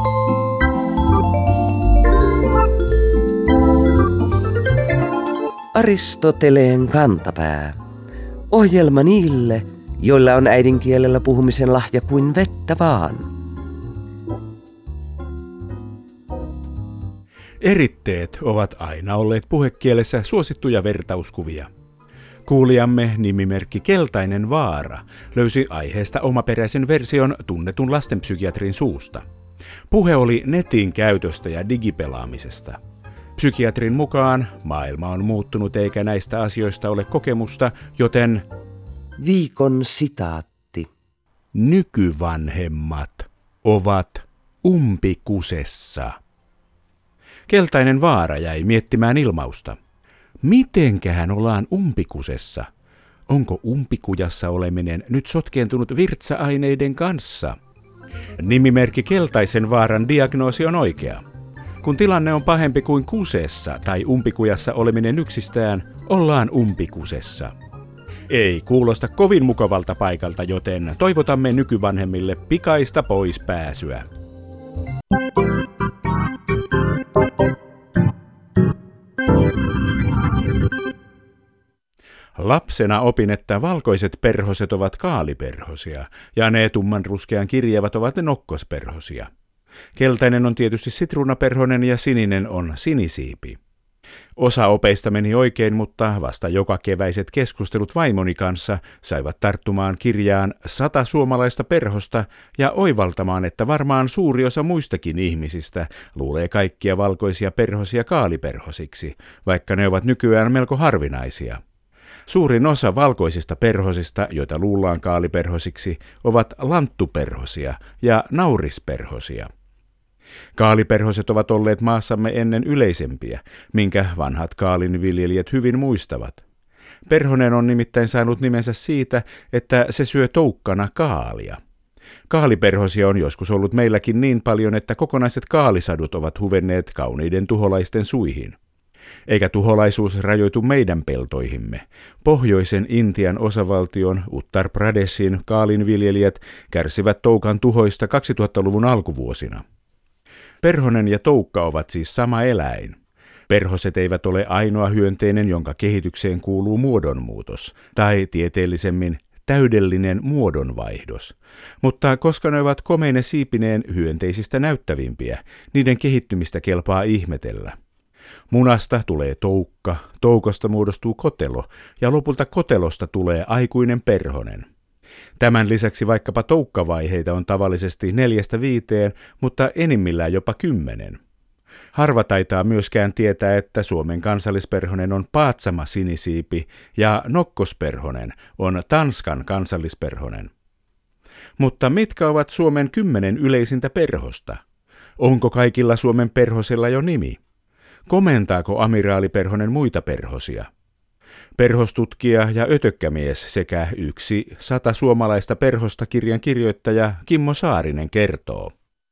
Aristoteleen kantapää. Ohjelma niille, joilla on äidinkielellä puhumisen lahja kuin vettä vaan. Eritteet ovat aina olleet puhekielessä suosittuja vertauskuvia. Kuulijamme nimimerkki Keltainen Vaara löysi aiheesta omaperäisen version tunnetun lastenpsykiatrin suusta. Puhe oli netin käytöstä ja digipelaamisesta. Psykiatrin mukaan maailma on muuttunut eikä näistä asioista ole kokemusta, joten Viikon sitaatti. Nykyvanhemmat ovat umpikusessa. Keltainen Vaara jäi miettimään ilmausta. Mitenkähän ollaan umpikusessa? Onko umpikujassa oleminen nyt sotkeentunut virtsa-aineiden kanssa? Nimimerkki Keltaisen Vaaran diagnoosi on oikea. Kun tilanne on pahempi kuin kusessa tai umpikujassa oleminen yksistään, ollaan umpikusessa. Ei kuulosta kovin mukavalta paikalta, joten toivotamme nykyvanhemmille pikaista pois pääsyä. Lapsena opin, että valkoiset perhoset ovat kaaliperhosia ja ne tummanruskean kirjavat ovat nokkosperhosia. Keltainen on tietysti sitruunaperhonen ja sininen on sinisiipi. Osa opeista meni oikein, mutta vasta joka keväiset keskustelut vaimoni kanssa saivat tarttumaan kirjaan 100 suomalaista perhosta ja oivaltamaan, että varmaan suuri osa muistakin ihmisistä luulee kaikkia valkoisia perhosia kaaliperhosiksi, vaikka ne ovat nykyään melko harvinaisia. Suurin osa valkoisista perhosista, joita luullaan kaaliperhosiksi, ovat lanttuperhosia ja naurisperhosia. Kaaliperhoset ovat olleet maassamme ennen yleisempiä, minkä vanhat kaalinviljelijät hyvin muistavat. Perhonen on nimittäin saanut nimensä siitä, että se syö toukkana kaalia. Kaaliperhosia on joskus ollut meilläkin niin paljon, että kokonaiset kaalisadut ovat huvenneet kauniiden tuholaisten suihin. Eikä tuholaisuus rajoitu meidän peltoihimme. Pohjoisen Intian osavaltion Uttar Pradeshin kaalinviljelijät kärsivät toukan tuhoista 2000-luvun alkuvuosina. Perhonen ja toukka ovat siis sama eläin. Perhoset eivät ole ainoa hyönteinen, jonka kehitykseen kuuluu muodonmuutos, tai tieteellisemmin täydellinen muodonvaihdos. Mutta koska ne ovat komeine siipineen hyönteisistä näyttävimpiä, niiden kehittymistä kelpaa ihmetellä. Munasta tulee toukka, toukosta muodostuu kotelo ja lopulta kotelosta tulee aikuinen perhonen. Tämän lisäksi vaikkapa toukkavaiheita on tavallisesti 4-5, mutta enimmillään jopa 10. Harva taitaa myöskään tietää, että Suomen kansallisperhonen on paatsama sinisiipi ja nokkosperhonen on Tanskan kansallisperhonen. Mutta mitkä ovat Suomen 10 yleisintä perhosta? Onko kaikilla Suomen perhosilla jo nimi? Komentaako amiraaliperhonen muita perhosia? Perhostutkija ja ötökkämies sekä 100 suomalaista perhosta -kirjan kirjoittaja Kimmo Saarinen kertoo.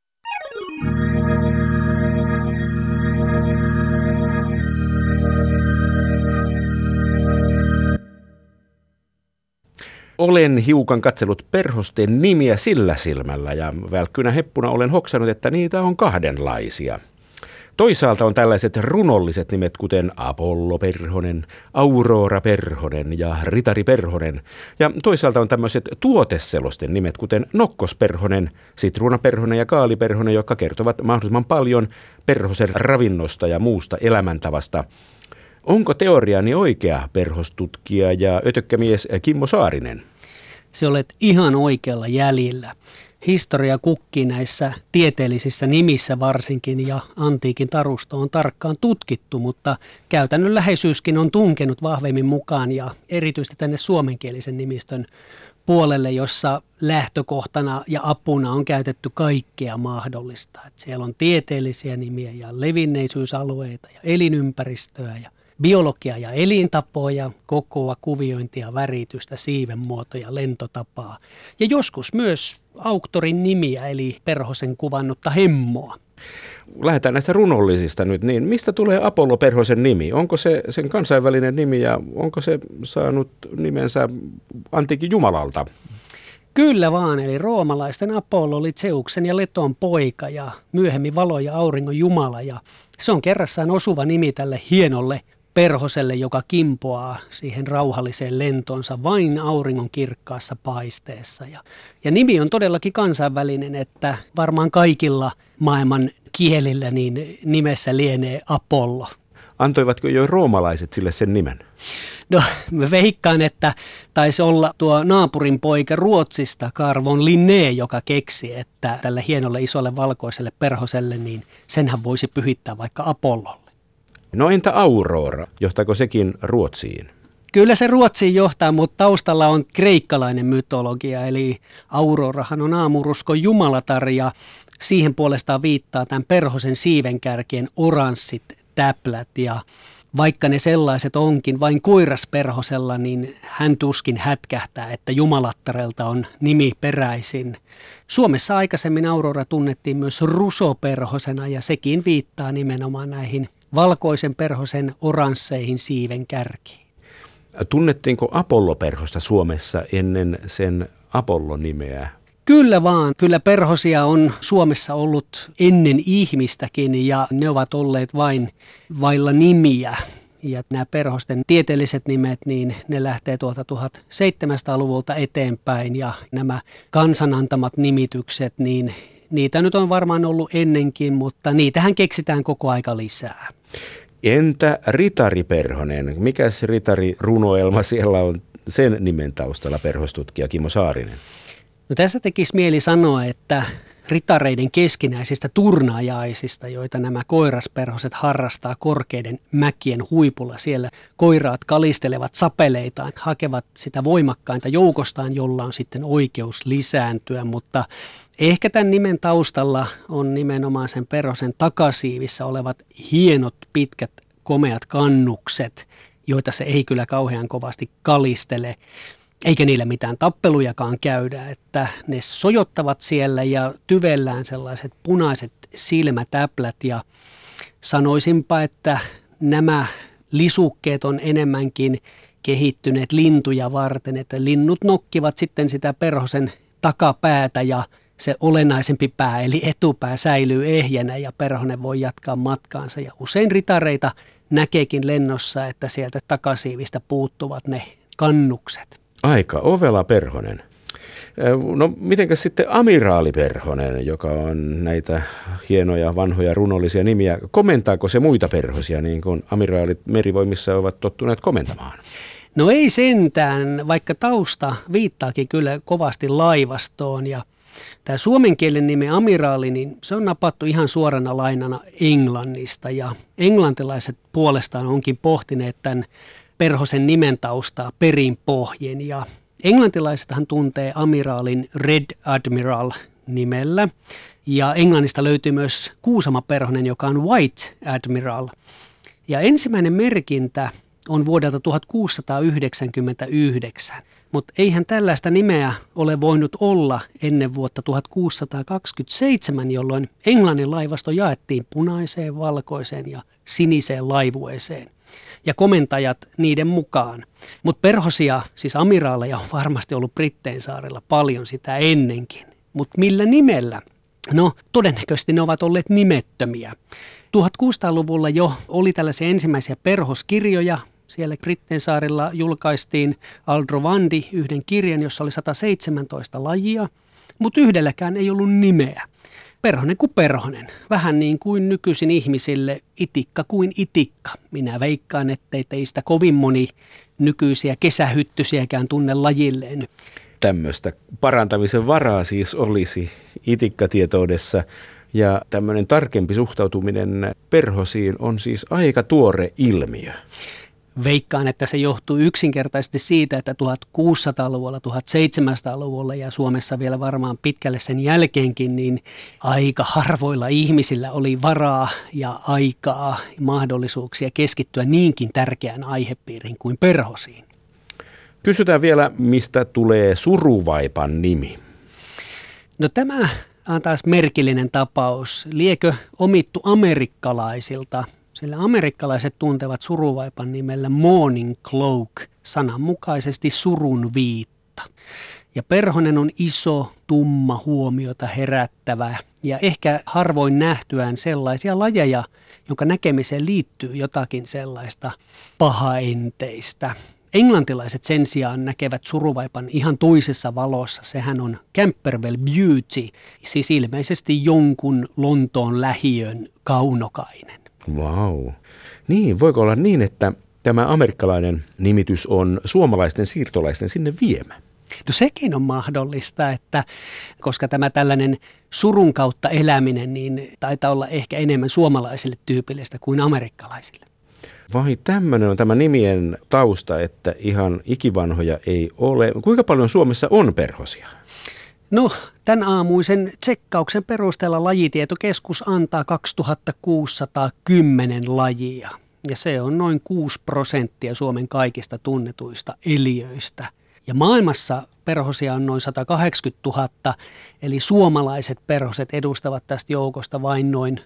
Olen hiukan katsellut perhosten nimiä sillä silmällä ja välkkynä heppuna olen hoksannut, että niitä on kahdenlaisia. Toisaalta on tällaiset runolliset nimet, kuten Apollo-perhonen, Aurora-perhonen ja Ritari-perhonen. Ja toisaalta on tämmöiset tuoteselosten nimet, kuten Nokkosperhonen, Sitruunaperhonen ja Kaaliperhonen, jotka kertovat mahdollisimman paljon perhosen ravinnosta ja muusta elämäntavasta. Onko teoriani oikea, perhostutkija ja ötökkämies Kimmo Saarinen? Se olet ihan oikealla jäljellä. Historia kukkii näissä tieteellisissä nimissä varsinkin ja antiikin tarusto on tarkkaan tutkittu, mutta käytännönläheisyyskin on tunkenut vahvemmin mukaan ja erityisesti tänne suomenkielisen nimistön puolelle, jossa lähtökohtana ja apuna on käytetty kaikkea mahdollista. Että siellä on tieteellisiä nimiä ja levinneisyysalueita ja elinympäristöä ja biologia ja elintapoja, kokoa, kuviointia, väritystä, siivenmuotoja, lentotapaa ja joskus myös auktorin nimiä eli perhosen kuvannutta hemmoa. Lähdetään näistä runollisista nyt, niin mistä tulee Apollo-perhosen nimi? Onko se sen kansainvälinen nimi ja onko se saanut nimensä antiikin jumalalta? Kyllä vaan, eli roomalaisten Apollo oli Zeuksen ja Leton poika ja myöhemmin valon ja auringon jumala. Ja se on kerrassaan osuva nimi tälle hienolle perhoselle, joka kimpoaa siihen rauhalliseen lentonsa vain auringon kirkkaassa paisteessa. Ja nimi on todellakin kansainvälinen, että varmaan kaikilla maailman kielillä niin nimessä lienee Apollo. Antoivatko jo roomalaiset sille sen nimen? No, mä veikkaan, että taisi olla tuo naapurin poika Ruotsista, Carl von Linné, joka keksi, että tälle hienolle isolle valkoiselle perhoselle, niin senhän voisi pyhittää vaikka Apollolle. No entä Aurora? Johtaako sekin Ruotsiin? Kyllä se Ruotsiin johtaa, mutta taustalla on kreikkalainen mytologia, eli Aurorahan on aamuruskon jumalatar ja siihen puolestaan viittaa tämän perhosen siivenkärkien oranssit täplät ja vaikka ne sellaiset onkin vain koirasperhosella, niin hän tuskin hätkähtää, että jumalattarelta on nimi peräisin. Suomessa aikaisemmin Aurora tunnettiin myös rusoperhosena ja sekin viittaa nimenomaan näihin valkoisen perhosen oransseihin siivenkärkiin. Tunnettiinko Apollo-perhosta Suomessa ennen sen Apollo-nimeä? Kyllä vaan. Kyllä perhosia on Suomessa ollut ennen ihmistäkin ja ne ovat olleet vain vailla nimiä. Ja nämä perhosten tieteelliset nimet, niin ne lähtee tuolta 1700-luvulta eteenpäin ja nämä kansanantamat nimitykset, niin niitä nyt on varmaan ollut ennenkin, mutta niitähän keksitään koko aika lisää. Entä ritariperhonen? Mikäs ritarirunoelma siellä on sen nimen taustalla, perhostutkija Kimmo Saarinen? No tässä tekisi mieli sanoa, että ritareiden keskinäisistä turnaajaisista, joita nämä koirasperhoset harrastaa korkeiden mäkien huipulla. Siellä koiraat kalistelevat sapeleitaan, hakevat sitä voimakkainta joukostaan, jolla on sitten oikeus lisääntyä, mutta ehkä tämän nimen taustalla on nimenomaan sen perhosen takasiivissä olevat hienot, pitkät, komeat kannukset, joita se ei kyllä kauhean kovasti kalistele. Eikä niillä mitään tappelujakaan käydä, että ne sojottavat siellä ja tyvellään sellaiset punaiset silmätäplät ja sanoisinpa, että nämä lisukkeet on enemmänkin kehittyneet lintuja varten, että linnut nokkivat sitten sitä perhosen takapäätä ja se olennaisempi pää eli etupää säilyy ehjänä ja perhonen voi jatkaa matkaansa ja usein ritareita näkeekin lennossa, että sieltä takasiivistä puuttuvat ne kannukset. Aika ovela perhonen. No mitenkäs sitten amiraaliperhonen, joka on näitä hienoja vanhoja runollisia nimiä. Komentaako se muita perhosia niin kuin amiraalit merivoimissa ovat tottuneet komentamaan? No ei sentään, vaikka tausta viittaakin kyllä kovasti laivastoon ja tämä suomen kielen nimi amiraali, niin se on napattu ihan suorana lainana Englannista ja englantilaiset puolestaan onkin pohtineet tämän perhosen nimen taustaa perin pohjin ja englantilaisethan tuntee amiraalin Red Admiral nimellä ja Englannista löytyy myös Kuusama-perhonen, joka on White Admiral ja ensimmäinen merkintä on vuodelta 1699, mutta eihän tällaista nimeä ole voinut olla ennen vuotta 1627, jolloin Englannin laivasto jaettiin punaiseen, valkoiseen ja siniseen laivueeseen. Ja komentajat niiden mukaan. Mutta perhosia, siis amiraaleja, on varmasti ollut Brittein saarella paljon sitä ennenkin. Mutta millä nimellä? No todennäköisesti ne ovat olleet nimettömiä. 1600-luvulla jo oli tällaisia ensimmäisiä perhoskirjoja. Siellä Brittein saarilla julkaistiin Aldrovandi yhden kirjan, jossa oli 117 lajia, mutta yhdelläkään ei ollut nimeä. Perhonen kuin perhonen, vähän niin kuin nykyisin ihmisille itikka kuin itikka. Minä veikkaan, ettei teistä kovin moni nykyisiä kesähyttysiäkään tunne lajilleen. Tämmöistä parantamisen varaa siis olisi itikkatietoudessa ja tämmöinen tarkempi suhtautuminen perhosiin on siis aika tuore ilmiö. Veikkaan, että se johtuu yksinkertaisesti siitä, että 1600-luvulla, 1700-luvulla ja Suomessa vielä varmaan pitkälle sen jälkeenkin, niin aika harvoilla ihmisillä oli varaa ja aikaa ja mahdollisuuksia keskittyä niinkin tärkeään aihepiiriin kuin perhosiin. Kysytään vielä, mistä tulee suruvaipan nimi? No tämä on taas merkillinen tapaus. Liekö omittu amerikkalaisilta? Sillä amerikkalaiset tuntevat suruvaipan nimellä morning cloak, sananmukaisesti surun viitta. Ja perhonen on iso, tumma, huomiota herättävä ja ehkä harvoin nähtyään sellaisia lajeja, jonka näkemiseen liittyy jotakin sellaista pahaenteistä. Englantilaiset sen sijaan näkevät suruvaipan ihan toisessa valossa. Sehän on Camberwell Beauty, siis ilmeisesti jonkun Lontoon lähiön kaunokainen. Vau. Niin, voiko olla niin, että tämä amerikkalainen nimitys on suomalaisten siirtolaisten sinne viemä? No sekin on mahdollista, että koska tämä tällainen surun kautta eläminen, niin taitaa olla ehkä enemmän suomalaisille tyypillistä kuin amerikkalaisille. Vai tämmöinen on tämä nimien tausta, että ihan ikivanhoja ei ole. Kuinka paljon Suomessa on perhosia? No, tämän aamuisen tsekkauksen perusteella Lajitietokeskus antaa 2610 lajia. Ja se on noin 6% Suomen kaikista tunnetuista eliöistä. Ja maailmassa perhosia on noin 180 000, eli suomalaiset perhoset edustavat tästä joukosta vain noin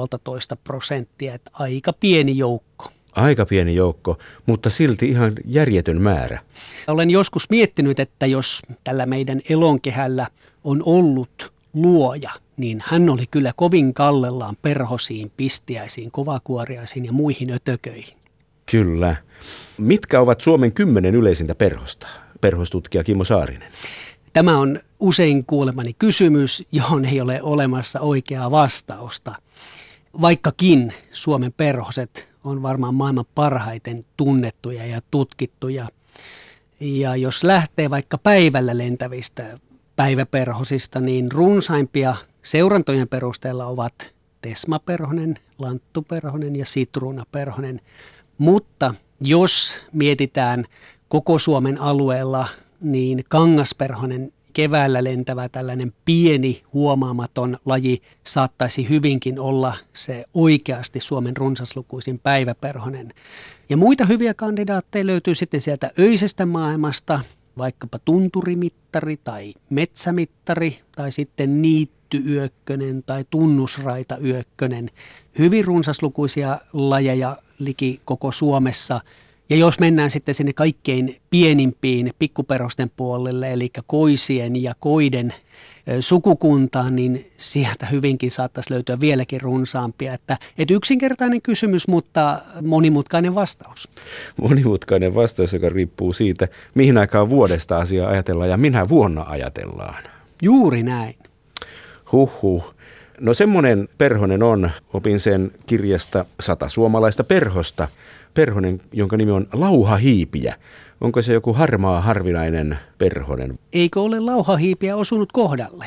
1,5%, että aika pieni joukko. Aika pieni joukko, mutta silti ihan järjetön määrä. Olen joskus miettinyt, että jos tällä meidän elonkehällä on ollut luoja, niin hän oli kyllä kovin kallellaan perhosiin, pistiäisiin, kovakuoriaisiin ja muihin ötököihin. Kyllä. Mitkä ovat Suomen 10 yleisintä perhosta? Perhostutkija Kimmo Saarinen. Tämä on usein kuulemani kysymys, johon ei ole olemassa oikeaa vastausta. Vaikkakin Suomen perhoset on varmaan maailman parhaiten tunnettuja ja tutkittuja. Ja jos lähtee vaikka päivällä lentävistä päiväperhosista, niin runsaimpia seurantojen perusteella ovat tesmaperhonen, lanttuperhonen ja sitruunaperhonen. Mutta jos mietitään koko Suomen alueella, niin kangasperhonen, keväällä lentävä tällainen pieni huomaamaton laji saattaisi hyvinkin olla se oikeasti Suomen runsaslukuisin päiväperhonen. Ja muita hyviä kandidaatteja löytyy sitten sieltä öisestä maailmasta, vaikkapa tunturimittari tai metsämittari tai sitten niittyyökkönen tai tunnusraitayökkönen. Hyvin runsaslukuisia lajeja liki koko Suomessa. Ja jos mennään sitten sinne kaikkein pienimpiin pikkuperhosten puolelle, eli koisien ja koiden sukukuntaan, niin sieltä hyvinkin saattaisi löytyä vieläkin runsaampia. Että yksinkertainen kysymys, mutta monimutkainen vastaus. Monimutkainen vastaus, joka riippuu siitä, mihin aikaan vuodesta asiaa ajatellaan ja minä vuonna ajatellaan. Juuri näin. Huhhuh. No semmoinen perhonen on, opin sen kirjasta 100 suomalaista perhosta. Perhonen, jonka nimi on lauhahiipiä. Onko se joku harmaa, harvinainen perhonen? Eikö ole lauhahiipiä osunut kohdalle?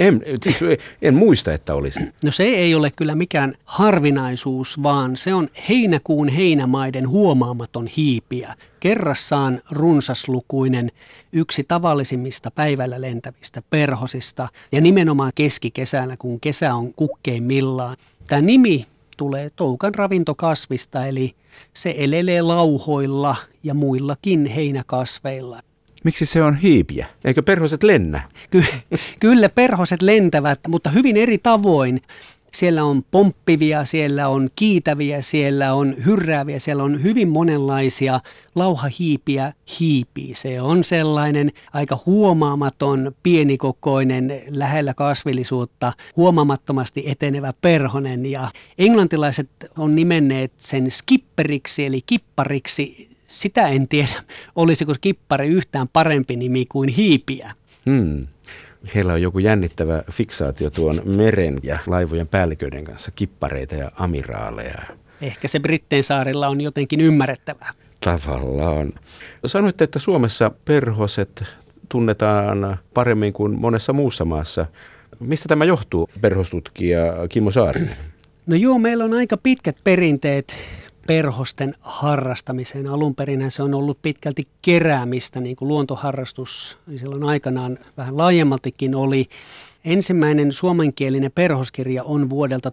En muista, että olisi. No se ei ole kyllä mikään harvinaisuus, vaan se on heinäkuun heinämaiden huomaamaton hiipiä. Kerrassaan runsaslukuinen, yksi tavallisimmista päivällä lentävistä perhosista ja nimenomaan keskikesällä, kun kesä on kukkeimmillaan. Tämä nimi tulee toukan ravintokasvista, eli se elelee lauhoilla ja muillakin heinäkasveilla. Miksi se on hiipiä? Eikö perhoset lennä? Kyllä perhoset lentävät, mutta hyvin eri tavoin. Siellä on pomppivia, siellä on kiitäviä, siellä on hyrrääviä, siellä on hyvin monenlaisia. Lauhahiipiä hiipii. Se on sellainen aika huomaamaton, pienikokoinen, lähellä kasvillisuutta, huomaamattomasti etenevä perhonen. Ja englantilaiset on nimenneet sen skipperiksi eli kippariksi. Sitä en tiedä, olisiko kippari yhtään parempi nimi kuin hiipiä. Heillä on joku jännittävä fiksaatio tuon meren ja laivojen päälliköiden kanssa, kippareita ja amiraaleja. Ehkä se Brittein saarilla on jotenkin ymmärrettävää. Tavallaan. Sanoitte, että Suomessa perhoset tunnetaan paremmin kuin monessa muussa maassa. Mistä tämä johtuu, perhostutkija Kimmo Saarinen? No joo, meillä on aika pitkät perinteet perhosten harrastamiseen. Alun perin se on ollut pitkälti keräämistä, niin kuin luontoharrastus silloin aikanaan vähän laajemmaltikin oli. Ensimmäinen suomenkielinen perhoskirja on vuodelta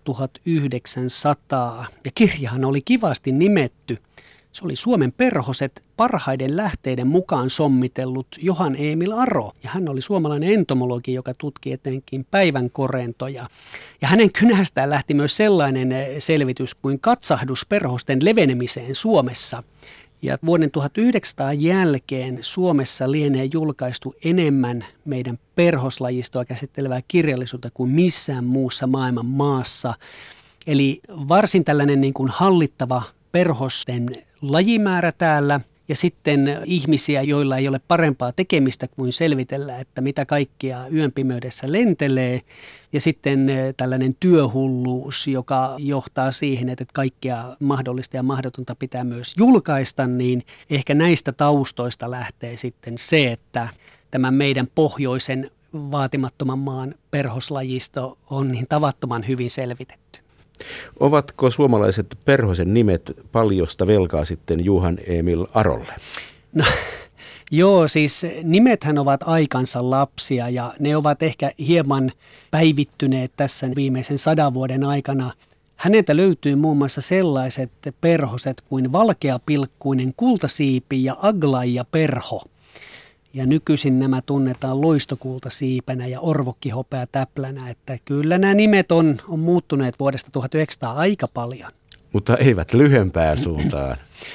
1900 ja kirjahan oli kivasti nimetty. Se oli Suomen perhoset parhaiden lähteiden mukaan sommitellut Johan Emil Aro. Ja hän oli suomalainen entomologi, joka tutki etenkin päivänkorentoja. Ja hänen kynästään lähti myös sellainen selvitys kuin katsahdus perhosten levenemiseen Suomessa. Ja vuoden 1900 jälkeen Suomessa lienee julkaistu enemmän meidän perhoslajistoa käsittelevää kirjallisuutta kuin missään muussa maailman maassa. Eli varsin tällainen niin kuin hallittava perhosten lajimäärä täällä. Ja sitten ihmisiä, joilla ei ole parempaa tekemistä kuin selvitellä, että mitä kaikkea yön pimeydessä lentelee. Ja sitten tällainen työhulluus, joka johtaa siihen, että kaikkea mahdollista ja mahdotonta pitää myös julkaista, niin ehkä näistä taustoista lähtee sitten se, että tämä meidän pohjoisen vaatimattoman maan perhoslajisto on niin tavattoman hyvin selvitetty. Ovatko suomalaiset perhosen nimet paljosta velkaa sitten Johan Emil Arolle? No, joo, siis nimethän ovat aikansa lapsia ja ne ovat ehkä hieman päivittyneet tässä viimeisen 100 vuoden aikana. Häneltä löytyy muun muassa sellaiset perhoset kuin valkeapilkkuinen kultasiipi ja aglaija-perho. Ja nykyisin nämä tunnetaan loistokultasiipenä ja orvokkihopeatäplänä, että kyllä nämä nimet on muuttuneet vuodesta 1900 aika paljon. Mutta eivät lyhyempään suuntaan.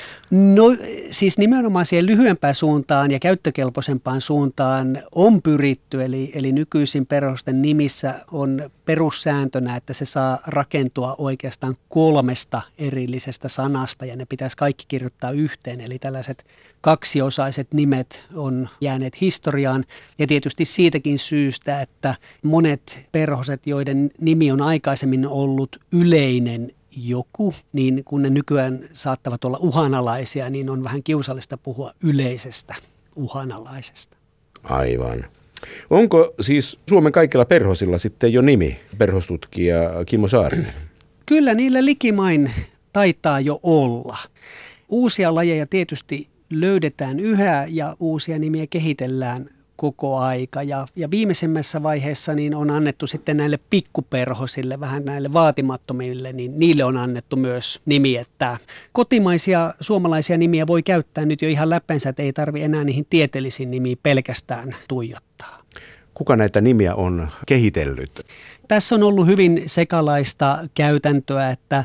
No siis nimenomaan siihen lyhyempään suuntaan ja käyttökelpoisempaan suuntaan on pyritty, eli nykyisin perhosten nimissä on perussääntönä, että se saa rakentua oikeastaan 3 erillisestä sanasta ja ne pitäisi kaikki kirjoittaa yhteen, eli tällaiset kaksiosaiset nimet on jääneet historiaan ja tietysti siitäkin syystä, että monet perhoset, joiden nimi on aikaisemmin ollut yleinen joku, niin kun ne nykyään saattavat olla uhanalaisia, niin on vähän kiusallista puhua yleisestä uhanalaisesta. Aivan. Onko siis Suomen kaikilla perhosilla sitten jo nimi, perhostutkija Kimmo Saarinen? Kyllä niillä likimain taitaa jo olla. Uusia lajeja tietysti löydetään yhä ja uusia nimiä kehitellään koko aika. Ja viimeisemmässä vaiheessa niin on annettu sitten näille pikkuperhosille, vähän näille vaatimattomille, niin niille on annettu myös nimi, että kotimaisia suomalaisia nimiä voi käyttää nyt jo ihan läpensä, että ei tarvitse enää niihin tieteellisiin nimiin pelkästään tuijottaa. Kuka näitä nimiä on kehitellyt? Tässä on ollut hyvin sekalaista käytäntöä, että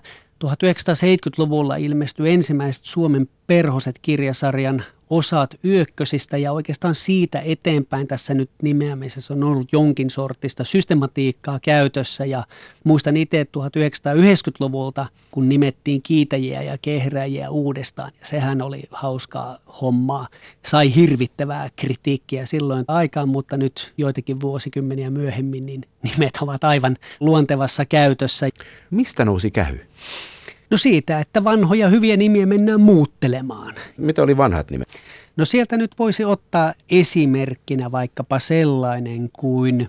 1970-luvulla ilmestyi ensimmäiset Suomen perhoset-kirjasarjan osat yökkösistä ja oikeastaan siitä eteenpäin tässä nyt nimeämisessä on ollut jonkin sortista systematiikkaa käytössä ja muistan itse 1990-luvulta, kun nimettiin kiitäjiä ja kehräjiä uudestaan ja sehän oli hauskaa hommaa. Sai hirvittävää kritiikkiä silloin aikaan, mutta nyt joitakin vuosikymmeniä myöhemmin niin nimet ovat aivan luontevassa käytössä. Mistä nousi kähy? No siitä, että vanhoja hyviä nimiä mennään muuttelemaan. Mitä oli vanhat nimet? No sieltä nyt voisi ottaa esimerkkinä vaikkapa sellainen kuin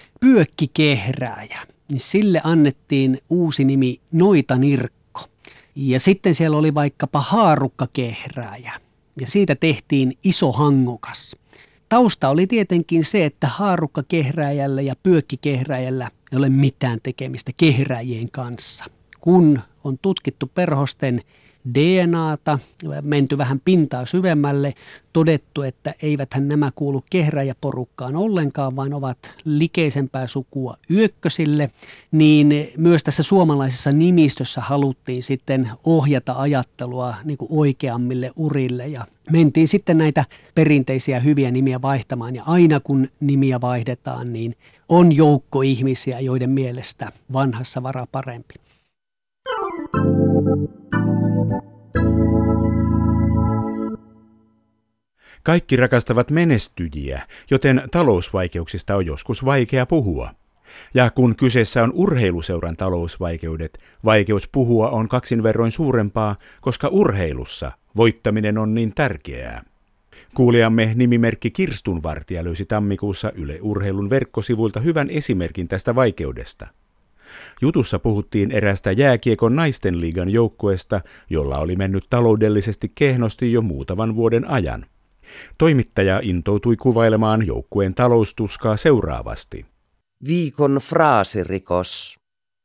pyökkikehrääjä. Niin sille annettiin uusi nimi Noitanirkko. Ja sitten siellä oli vaikkapa haarukkakehrääjä. Ja siitä tehtiin Iso Hangokas. Tausta oli tietenkin se, että haarukkakehrääjällä ja pyökkikehrääjällä ei ole mitään tekemistä kehrääjien kanssa. Kun on tutkittu perhosten DNAta, menty vähän pintaa syvemmälle, todettu, että eiväthän nämä kuulu kehräjäporukkaan ollenkaan, vaan ovat likeisempää sukua yökkösille, niin myös tässä suomalaisessa nimistössä haluttiin sitten ohjata ajattelua niin kuin oikeammille urille ja mentiin sitten näitä perinteisiä hyviä nimiä vaihtamaan ja aina kun nimiä vaihdetaan, niin on joukko ihmisiä, joiden mielestä vanhassa vara parempi. Kaikki rakastavat menestyjiä, joten talousvaikeuksista on joskus vaikea puhua. Ja kun kyseessä on urheiluseuran talousvaikeudet, vaikeus puhua on 2 verroin suurempaa, koska urheilussa voittaminen on niin tärkeää. Kuulijamme nimimerkki Kirstunvartija löysi tammikuussa Yle Urheilun verkkosivuilta hyvän esimerkin tästä vaikeudesta. Jutussa puhuttiin eräästä jääkiekon naisten liigan joukkueesta, jolla oli mennyt taloudellisesti kehnosti jo muutaman vuoden ajan. Toimittaja intoutui kuvailemaan joukkueen taloustuskaa seuraavasti. Viikon fraasirikos.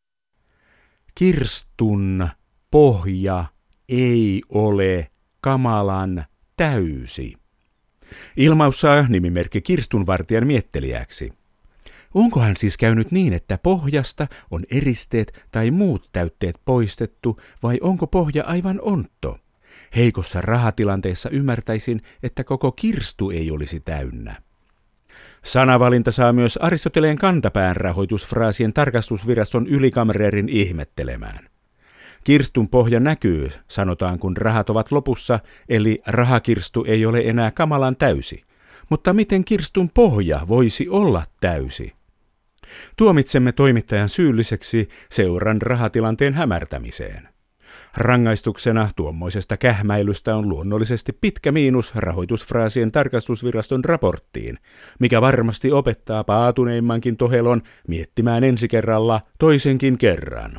Kirstun pohja ei ole kamalan täysi. Ilmaus saa nimimerkki Kirstunvartijan miettelijäksi. Onkohan siis käynyt niin, että pohjasta on eristeet tai muut täytteet poistettu, vai onko pohja aivan ontto? Heikossa rahatilanteessa ymmärtäisin, että koko kirstu ei olisi täynnä. Sanavalinta saa myös Aristoteleen kantapään rahoitusfraasien tarkastusviraston ylikamreerin ihmettelemään. Kirstun pohja näkyy, sanotaan kun rahat ovat lopussa, eli rahakirstu ei ole enää kamalan täysi. Mutta miten kirstun pohja voisi olla täysi? Tuomitsemme toimittajan syylliseksi seuran rahatilanteen hämärtämiseen. Rangaistuksena tuommoisesta kähmäilystä on luonnollisesti pitkä miinus rahoitusfraasien tarkastusviraston raporttiin, mikä varmasti opettaa paatuneimmankin tohelon miettimään ensi kerralla toisenkin kerran.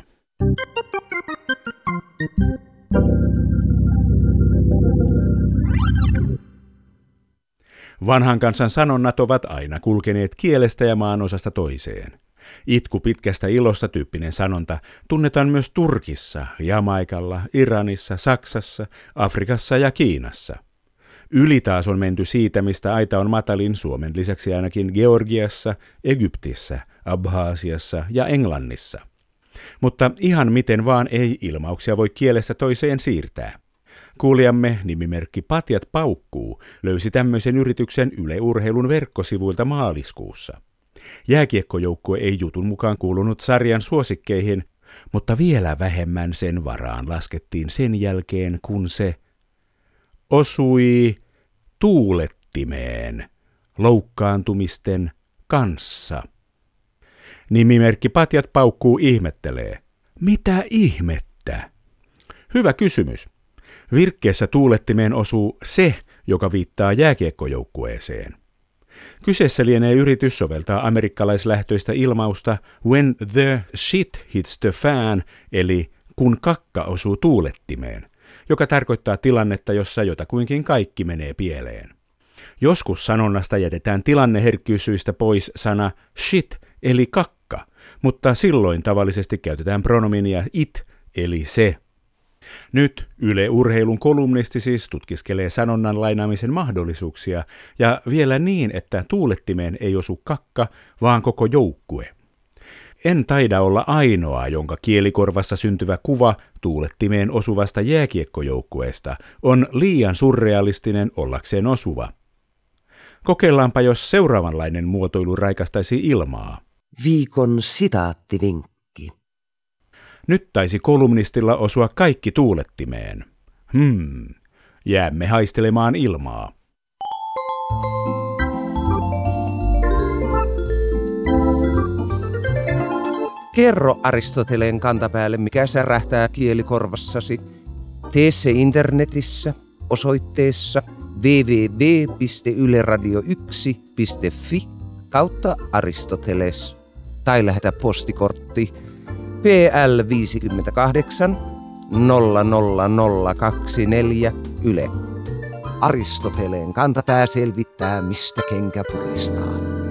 Vanhan kansan sanonnat ovat aina kulkeneet kielestä ja maanosasta toiseen. Itku pitkästä ilosta -tyyppinen sanonta tunnetaan myös Turkissa, Jamaikalla, Iranissa, Saksassa, Afrikassa ja Kiinassa. Yli taas on menty siitä, mistä aita on matalin Suomen lisäksi ainakin Georgiassa, Egyptissä, Abhaasiassa ja Englannissa. Mutta ihan miten vaan ei ilmauksia voi kielestä toiseen siirtää. Kuulijamme nimimerkki Patjat paukkuu löysi tämmöisen yrityksen Yle Urheilun verkkosivuilta maaliskuussa. Jääkiekkojoukkue ei jutun mukaan kuulunut sarjan suosikkeihin, mutta vielä vähemmän sen varaan laskettiin sen jälkeen, kun se osui tuulettimeen loukkaantumisten kanssa. Nimimerkki Patjat paukkuu ihmettelee. Mitä ihmettä? Hyvä kysymys. Virkkeessä tuulettimeen osuu se, joka viittaa jääkiekkojoukkueeseen. Kyseessä lienee yritys soveltaa amerikkalaislähtöistä ilmausta when the shit hits the fan, eli kun kakka osuu tuulettimeen, joka tarkoittaa tilannetta, jossa jotakuinkin kaikki menee pieleen. Joskus sanonnasta jätetään tilanneherkkyysyistä pois sana shit, eli kakka, mutta silloin tavallisesti käytetään pronominia it, eli se. Nyt Yle Urheilun kolumnisti siis tutkiskelee sanonnan lainaamisen mahdollisuuksia ja vielä niin, että tuulettimeen ei osu kakka, vaan koko joukkue. En taida olla ainoa, jonka kielikorvassa syntyvä kuva tuulettimeen osuvasta jääkiekkojoukkueesta on liian surrealistinen ollakseen osuva. Kokeillaanpa, jos seuraavanlainen muotoilu raikastaisi ilmaa. Viikon sitaattivinkki. Nyt taisi kolumnistilla osua kaikki tuulettimeen. Jäämme haistelemaan ilmaa. Kerro Aristoteleen kantapäälle, mikä särähtää kielikorvassasi. Tee se internetissä osoitteessa www.yleradio1.fi/Aristoteles tai lähetä postikortti PL 58 00024 Yle. Aristoteleen kantapää selvittää, mistä kenkä puristaa.